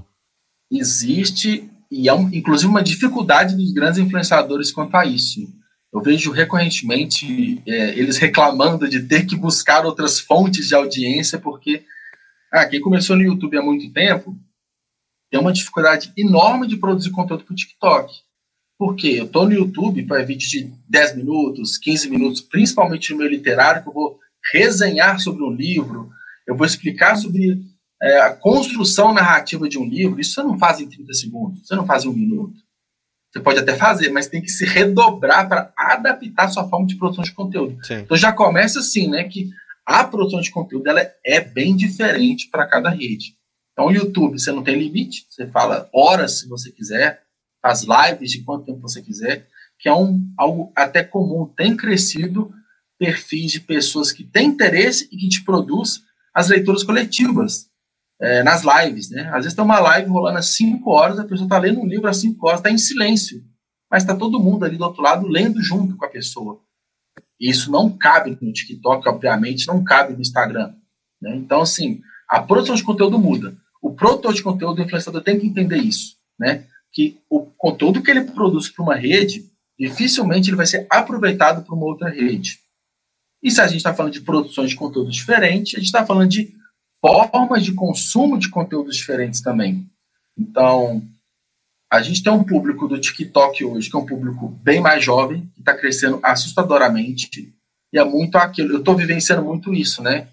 Existe, e inclusive uma dificuldade dos grandes influenciadores quanto a isso. Eu vejo recorrentemente eles reclamando de ter que buscar outras fontes de audiência, porque quem começou no YouTube há muito tempo tem uma dificuldade enorme de produzir conteúdo para o TikTok. Por quê? Eu estou no YouTube para vídeos de 10 minutos, 15 minutos, principalmente no meu literário, que eu vou resenhar sobre um livro, eu vou explicar sobre a construção narrativa de um livro. Isso você não faz em 30 segundos, você não faz em 1 minuto. Você pode até fazer, mas tem que se redobrar para adaptar a sua forma de produção de conteúdo. Sim. Então já começa assim, né, que a produção de conteúdo ela é bem diferente para cada rede. Então o YouTube, você não tem limite, você fala horas se você quiser, faz lives de quanto tempo você quiser, que é algo até comum, tem crescido perfis de pessoas que têm interesse e que te produz as leituras coletivas, nas lives, né? Às vezes tem uma live rolando às 5 horas, a pessoa está lendo um livro às 5 horas, está em silêncio, mas está todo mundo ali do outro lado lendo junto com a pessoa. E isso não cabe no TikTok, obviamente, não cabe no Instagram, né? Então, assim, a produção de conteúdo muda. O produtor de conteúdo, o influenciador, tem que entender isso, né? Que o conteúdo que ele produz para uma rede, dificilmente ele vai ser aproveitado para uma outra rede. E se a gente está falando de produções de conteúdo diferentes, a gente está falando de formas de consumo de conteúdos diferentes também. Então, a gente tem um público do TikTok hoje, que é um público bem mais jovem, que está crescendo assustadoramente, e é muito aquilo. Eu estou vivenciando muito isso, né?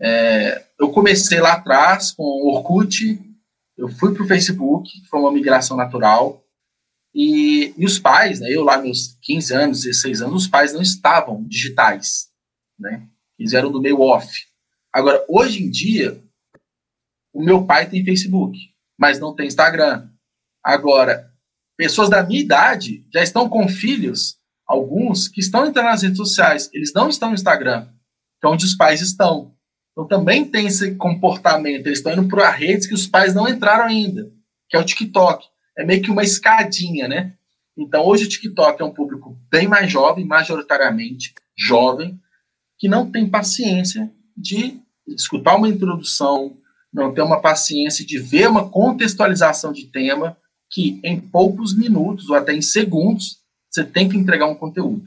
Eu comecei lá atrás com o Orkut, eu fui para o Facebook, que foi uma migração natural, e os pais, né, eu lá meus 15 anos, 16 anos, os pais não estavam digitais, né? Eles eram do meio off. Agora, hoje em dia, o meu pai tem Facebook, mas não tem Instagram. Agora, pessoas da minha idade já estão com filhos, alguns, que estão entrando nas redes sociais. Eles não estão no Instagram, que é onde os pais estão. Então, também tem esse comportamento. Eles estão indo para redes que os pais não entraram ainda, que é o TikTok. É meio que uma escadinha, né? Então, hoje o TikTok é um público bem mais jovem, majoritariamente jovem, que não tem paciência de escutar uma introdução, não tem uma paciência de ver uma contextualização de tema, que em poucos minutos ou até em segundos você tem que entregar um conteúdo.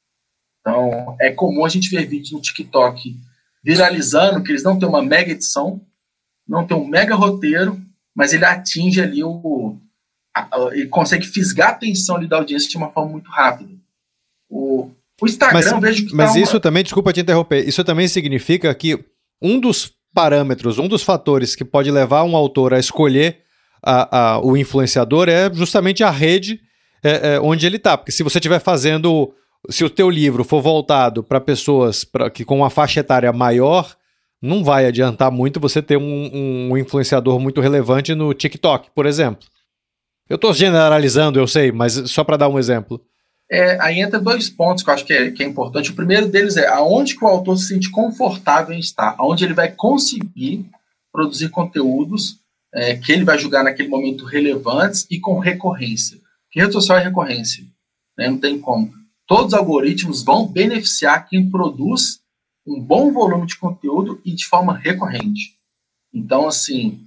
Então, é comum a gente ver vídeos no TikTok viralizando, que eles não têm uma mega edição, não tem um mega roteiro, mas ele atinge ali ele consegue fisgar a atenção ali da audiência de uma forma muito rápida. O Instagram, eu vejo que mas isso também, desculpa te interromper, isso também significa que um dos parâmetros, um dos fatores que pode levar um autor a escolher o influenciador é justamente a rede onde ele está. Porque se você estiver fazendo, se o teu livro for voltado para pessoas que com uma faixa etária maior, não vai adiantar muito você ter um influenciador muito relevante no TikTok, por exemplo. Eu estou generalizando, eu sei, mas só para dar um exemplo. Aí entra 2 pontos que eu acho que é importante. O primeiro deles é aonde que o autor se sente confortável em estar, aonde ele vai conseguir produzir conteúdos que ele vai julgar naquele momento relevantes e com recorrência. Porque rede social é recorrência, né? Não tem como. Todos os algoritmos vão beneficiar quem produz um bom volume de conteúdo e de forma recorrente. Então, assim,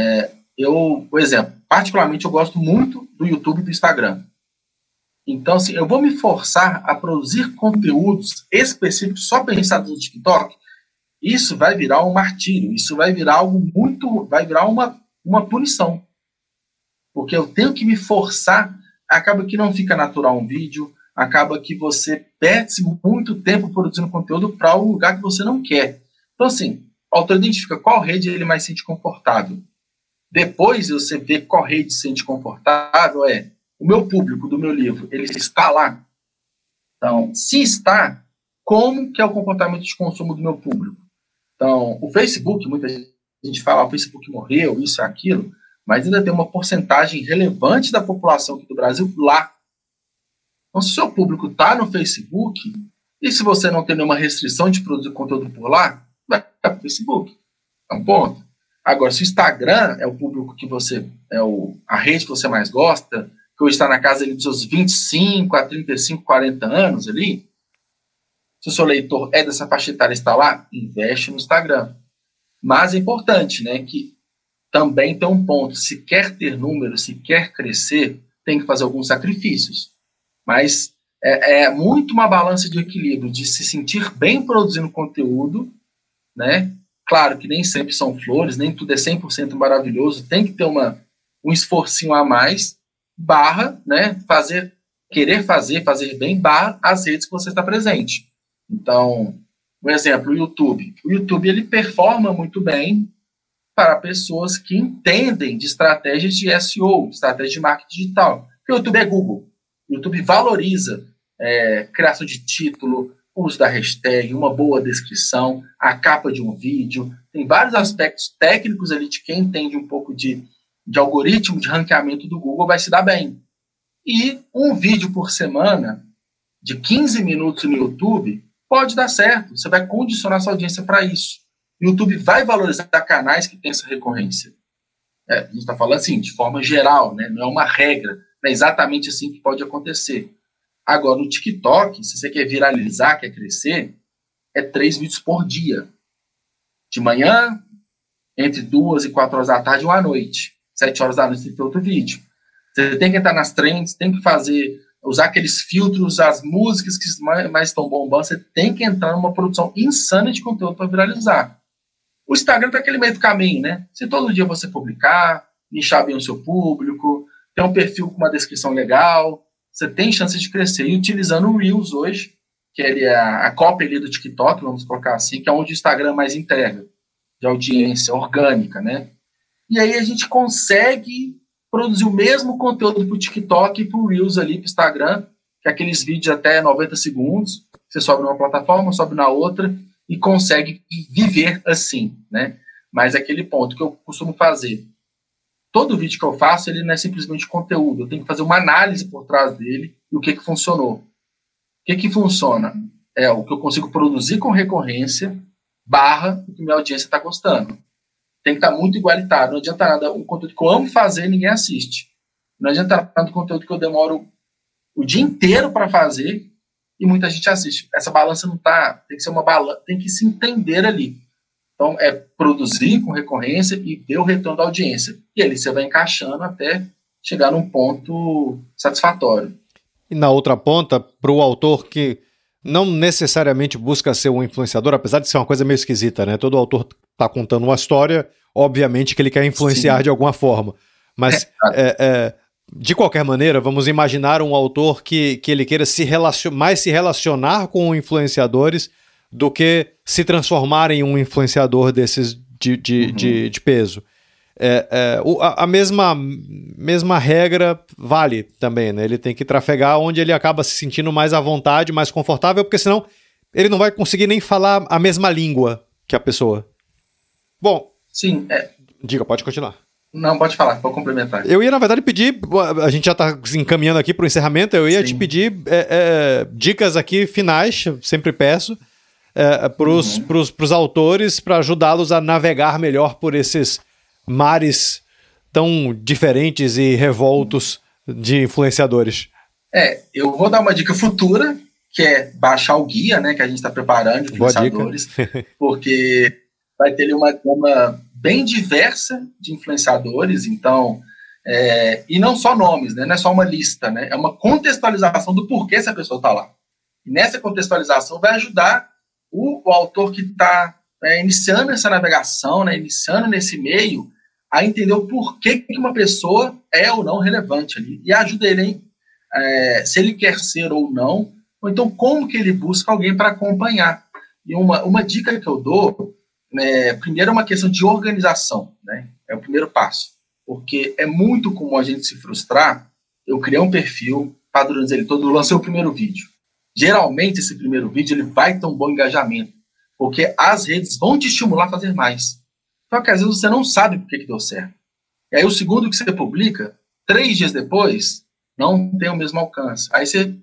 por exemplo, particularmente eu gosto muito do YouTube e do Instagram. Então, assim, eu vou me forçar a produzir conteúdos específicos só pensados no TikTok. Isso vai virar um martírio, isso vai virar vai virar uma punição. Porque eu tenho que me forçar, acaba que não fica natural um vídeo, acaba que você perde muito tempo produzindo conteúdo para um lugar que você não quer. Então, assim, o autor identifica qual rede ele mais se sente confortável. Depois você vê qual rede se sente confortável, o meu público do meu livro, ele está lá? Então, se está, como que é o comportamento de consumo do meu público? Então, o Facebook, muita gente fala, o Facebook morreu, isso e aquilo, mas ainda tem uma porcentagem relevante da população aqui do Brasil lá. Então, se o seu público está no Facebook, e se você não tem nenhuma restrição de produzir conteúdo por lá, vai para o Facebook. É um ponto. Agora, se o Instagram é o público que você, a rede que você mais gosta, que hoje está na casa dos seus 25 a 35, 40 anos ali, se o seu leitor é dessa faixa etária e está lá, investe no Instagram. Mas é importante, né, que também tem um ponto, se quer ter números, se quer crescer, tem que fazer alguns sacrifícios. Mas é muito uma balança de equilíbrio, de se sentir bem produzindo conteúdo, né? Claro que nem sempre são flores, nem tudo é 100% maravilhoso, tem que ter um esforcinho a mais, né, querer fazer bem, as redes que você está presente. Então, um exemplo, o YouTube. O YouTube, ele performa muito bem para pessoas que entendem de estratégias de SEO, estratégia de marketing digital. Porque o YouTube é Google. O YouTube valoriza criação de título, uso da hashtag, uma boa descrição, a capa de um vídeo. Tem vários aspectos técnicos ali de quem entende um pouco de algoritmo de ranqueamento do Google vai se dar bem. E um vídeo por semana, de 15 minutos no YouTube, pode dar certo. Você vai condicionar sua audiência para isso. O YouTube vai valorizar canais que têm essa recorrência. A gente está falando assim, de forma geral, né? Não é uma regra. Não é exatamente assim que pode acontecer. Agora, no TikTok, se você quer viralizar, quer crescer, 3 vídeos por dia. De manhã, entre 2 e 4 horas da tarde ou à noite. 7 horas da noite tem que ter outro vídeo. Você tem que entrar nas trends, tem que usar aqueles filtros, as músicas que mais estão bombando, você tem que entrar numa produção insana de conteúdo para viralizar. O Instagram está aquele meio do caminho, né? Se todo dia você publicar, nichar bem o seu público, ter um perfil com uma descrição legal, você tem chance de crescer. E utilizando o Reels hoje, que ele é a cópia ali do TikTok, vamos colocar assim, que é onde o Instagram mais entrega, de audiência orgânica, né? E aí a gente consegue produzir o mesmo conteúdo para o TikTok e para o Reels ali, para o Instagram, que é aqueles vídeos até 90 segundos, você sobe numa plataforma, sobe na outra e consegue viver assim, né? Mas aquele ponto que eu costumo fazer, todo vídeo que eu faço, ele não é simplesmente conteúdo, eu tenho que fazer uma análise por trás dele e o que funcionou. O que funciona? É o que eu consigo produzir com recorrência, o que minha audiência está gostando. Tem que estar muito igualitário. Não adianta nada, um conteúdo que eu amo fazer, ninguém assiste. Não adianta nada um conteúdo que eu demoro o dia inteiro para fazer e muita gente assiste. Essa balança não está... Tem que ser uma balança, tem que se entender ali. Então, é produzir com recorrência e ver o retorno da audiência. E ali você vai encaixando até chegar num ponto satisfatório. E na outra ponta, para o autor que não necessariamente busca ser um influenciador, apesar de ser uma coisa meio esquisita, né? Todo autor está contando uma história, obviamente que ele quer influenciar de alguma forma. Mas de qualquer maneira, vamos imaginar um autor que ele queira mais se relacionar com influenciadores do que se transformar em um influenciador desses de peso. A mesma regra vale também, né? Ele tem que trafegar onde ele acaba se sentindo mais à vontade, mais confortável, porque senão ele não vai conseguir nem falar a mesma língua que a pessoa. Bom, sim, diga, pode continuar. Não, pode falar, pode complementar. Eu ia, na verdade, pedir, a gente já está se encaminhando aqui para o encerramento, eu ia te pedir dicas aqui finais, sempre peço, para os autores, para ajudá-los a navegar melhor por esses mares tão diferentes e revoltos de influenciadores. Eu vou dar uma dica futura, que é baixar o guia, né, que a gente está preparando, de influenciadores, porque vai ter ali uma gama bem diversa de influenciadores, então, e não só nomes, né, não é só uma lista, né, é uma contextualização do porquê essa pessoa está lá. E nessa contextualização vai ajudar o autor que está iniciando essa navegação, né, iniciando nesse meio, a entender o porquê que uma pessoa é ou não relevante ali, e ajuda ele, se ele quer ser ou não, ou então como que ele busca alguém para acompanhar. E uma dica que eu dou, primeiro é uma questão de organização, né? É o primeiro passo, porque é muito comum a gente se frustrar. Eu criei um perfil, padronizei ele todo, lancei o primeiro vídeo. Geralmente esse primeiro vídeo ele vai ter um bom engajamento, porque as redes vão te estimular a fazer mais. Só que às vezes você não sabe por que deu certo. E aí o segundo que você publica, 3 dias depois, não tem o mesmo alcance. Aí você,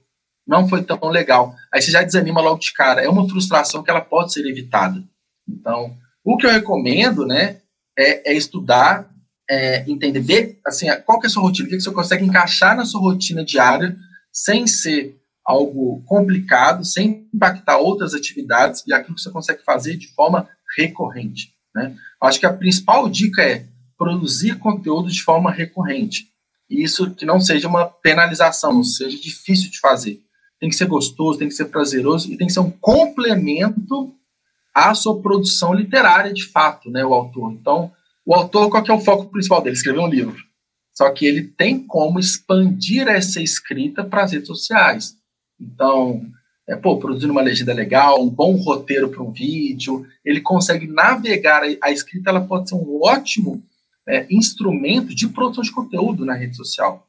não foi tão legal. Aí você já desanima logo de cara. É uma frustração que ela pode ser evitada. Então, o que eu recomendo, né, é estudar, entender, ver assim, qual que é a sua rotina, o que você consegue encaixar na sua rotina diária, sem ser algo complicado, sem impactar outras atividades, e aquilo que você consegue fazer de forma recorrente, né? Acho que a principal dica é produzir conteúdo de forma recorrente. E isso que não seja uma penalização, não seja difícil de fazer. Tem que ser gostoso, tem que ser prazeroso e tem que ser um complemento à sua produção literária, de fato, né, o autor. Então, o autor, qual que é o foco principal dele? Escrever um livro. Só que ele tem como expandir essa escrita para as redes sociais. Então, produzindo uma legenda legal, um bom roteiro para um vídeo, ele consegue navegar a escrita, ela pode ser um ótimo instrumento de produção de conteúdo na rede social.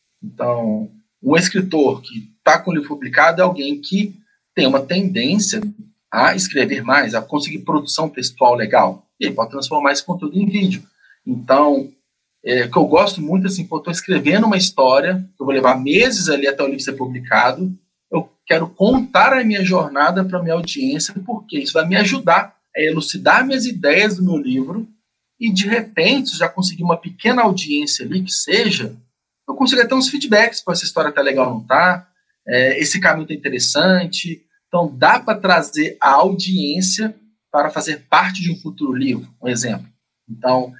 Então, um escritor que está com o livro publicado é alguém que tem uma tendência a escrever mais, a conseguir produção textual legal. E ele pode transformar esse conteúdo em vídeo. Então, o que eu gosto muito, assim, estou escrevendo uma história, eu vou levar meses ali até o livro ser publicado, eu quero contar a minha jornada para a minha audiência, porque isso vai me ajudar a elucidar minhas ideias do meu livro e, de repente, já conseguir uma pequena audiência ali, que seja, eu consigo até uns feedbacks, essa história tá legal ou não tá, esse caminho tá interessante. Então, dá para trazer a audiência para fazer parte de um futuro livro, um exemplo. Então,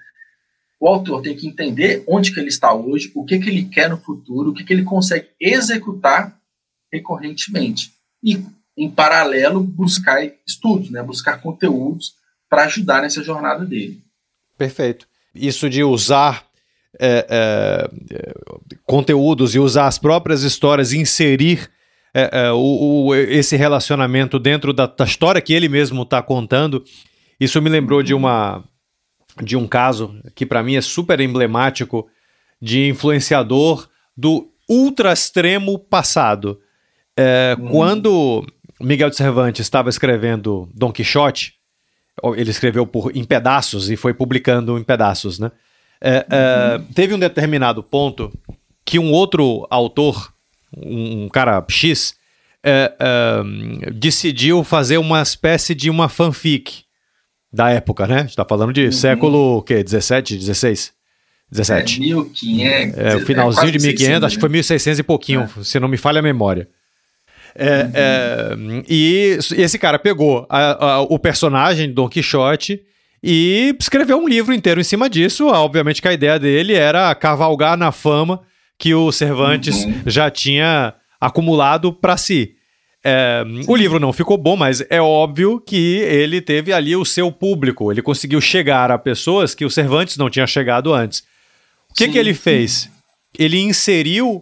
o autor tem que entender onde que ele está hoje, o que ele quer no futuro, o que ele consegue executar recorrentemente. E, em paralelo, buscar estudos, né? Buscar conteúdos para ajudar nessa jornada dele. Perfeito. Isso de usar conteúdos e usar as próprias histórias e inserir esse relacionamento dentro da história que ele mesmo está contando, isso me lembrou de um caso que para mim é super emblemático de influenciador do ultra extremo passado. Quando Miguel de Cervantes estava escrevendo Dom Quixote, ele escreveu em pedaços e foi publicando em pedaços, né? Teve um determinado ponto que um outro autor, um cara X, decidiu fazer uma espécie de uma fanfic da época, né? A gente tá falando de século 17, 16? 17. 1500. O finalzinho de 1500, acho que foi 1600 e pouquinho, se não me falha a memória. E esse cara pegou o personagem Dom Quixote e escreveu um livro inteiro em cima disso. Obviamente que a ideia dele era cavalgar na fama que o Cervantes já tinha acumulado para si. O livro não ficou bom, mas é óbvio que ele teve ali o seu público. Ele conseguiu chegar a pessoas que o Cervantes não tinha chegado antes. O que ele fez? ele inseriu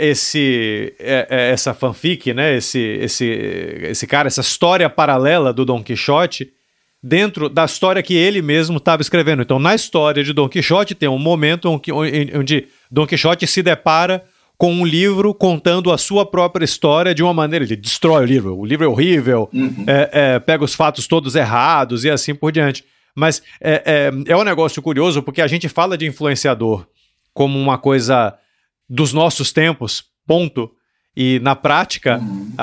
essa fanfic, né? Esse cara, essa história paralela do Dom Quixote dentro da história que ele mesmo estava escrevendo. Então, na história de Dom Quixote tem um momento onde Dom Quixote se depara com um livro contando a sua própria história de uma maneira. Ele destrói o livro é horrível, pega os fatos todos errados e assim por diante. Mas é um negócio curioso porque a gente fala de influenciador como uma coisa dos nossos tempos, ponto. E na prática,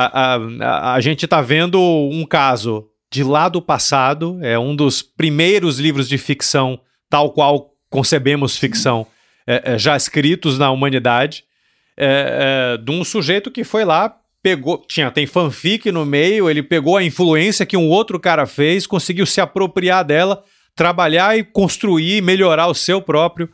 a gente está vendo um caso de lá do passado, é um dos primeiros livros de ficção, tal qual concebemos ficção, já escritos na humanidade, de um sujeito que foi lá, tem fanfic no meio, ele pegou a influência que um outro cara fez, conseguiu se apropriar dela, trabalhar e construir, melhorar o seu próprio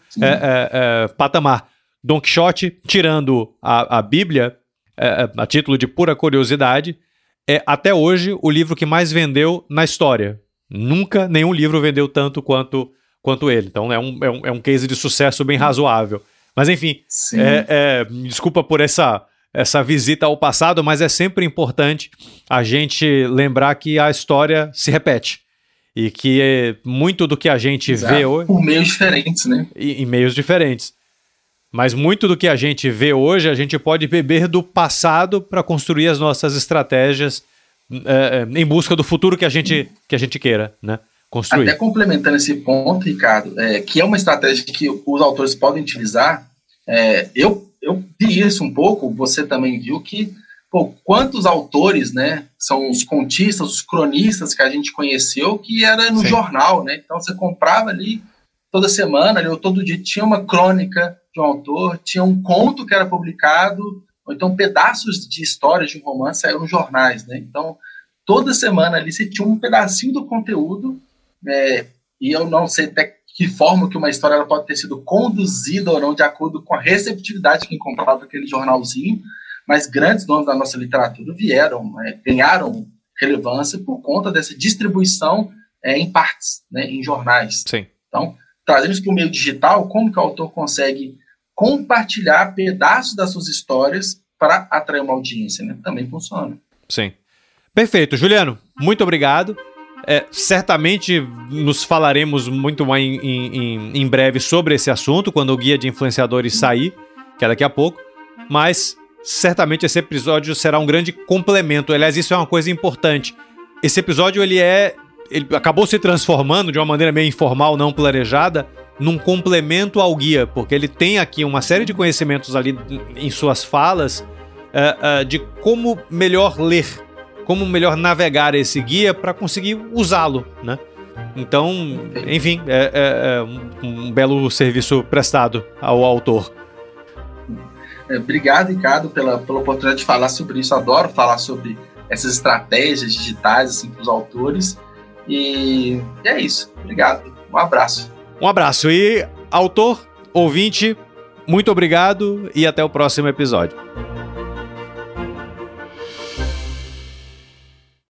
patamar. Dom Quixote, tirando a Bíblia, a título de pura curiosidade, é até hoje o livro que mais vendeu na história. Nunca nenhum livro vendeu tanto quanto ele. Então é um case de sucesso bem razoável. Mas enfim, desculpa por essa visita ao passado, mas é sempre importante a gente lembrar que a história se repete. E que muito do que a gente vê hoje... Por meios diferentes, né? Em meios diferentes. Mas muito do que a gente vê hoje, a gente pode beber do passado para construir as nossas estratégias em busca do futuro que a gente queira, né, construir. Até complementando esse ponto, Ricardo, que é uma estratégia que os autores podem utilizar, eu vi isso um pouco, você também viu que quantos autores, né, são os contistas, os cronistas que a gente conheceu, que era no jornal, né? Então você comprava ali toda semana, ali, ou todo dia, tinha uma crônica de um autor, tinha um conto que era publicado, ou então pedaços de histórias de um romance saíram nos jornais, né? Então, toda semana ali você tinha um pedacinho do conteúdo, e eu não sei até que forma que uma história ela pode ter sido conduzida ou não de acordo com a receptividade de quem comprava aquele jornalzinho, mas grandes nomes da nossa literatura ganharam relevância por conta dessa distribuição em partes, né, em jornais. Sim. Então, trazendo isso para o meio digital, como que o autor consegue compartilhar pedaços das suas histórias para atrair uma audiência, né? Também funciona. Sim. Perfeito. Juliano, muito obrigado. Certamente nos falaremos muito mais em breve sobre esse assunto, quando o Guia de Influenciadores sair, que é daqui a pouco, mas certamente esse episódio será um grande complemento. Aliás, isso é uma coisa importante. Esse episódio ele acabou se transformando de uma maneira meio informal, não planejada, num complemento ao guia, porque ele tem aqui uma série de conhecimentos ali em suas falas de como melhor ler, como melhor navegar esse guia para conseguir usá-lo, né? Então, enfim, um belo serviço prestado ao autor. Obrigado, Ricardo, pela oportunidade de falar sobre isso. Adoro falar sobre essas estratégias digitais assim, para os autores. E é isso. Obrigado. Um abraço. Um abraço. E, autor, ouvinte, muito obrigado e até o próximo episódio.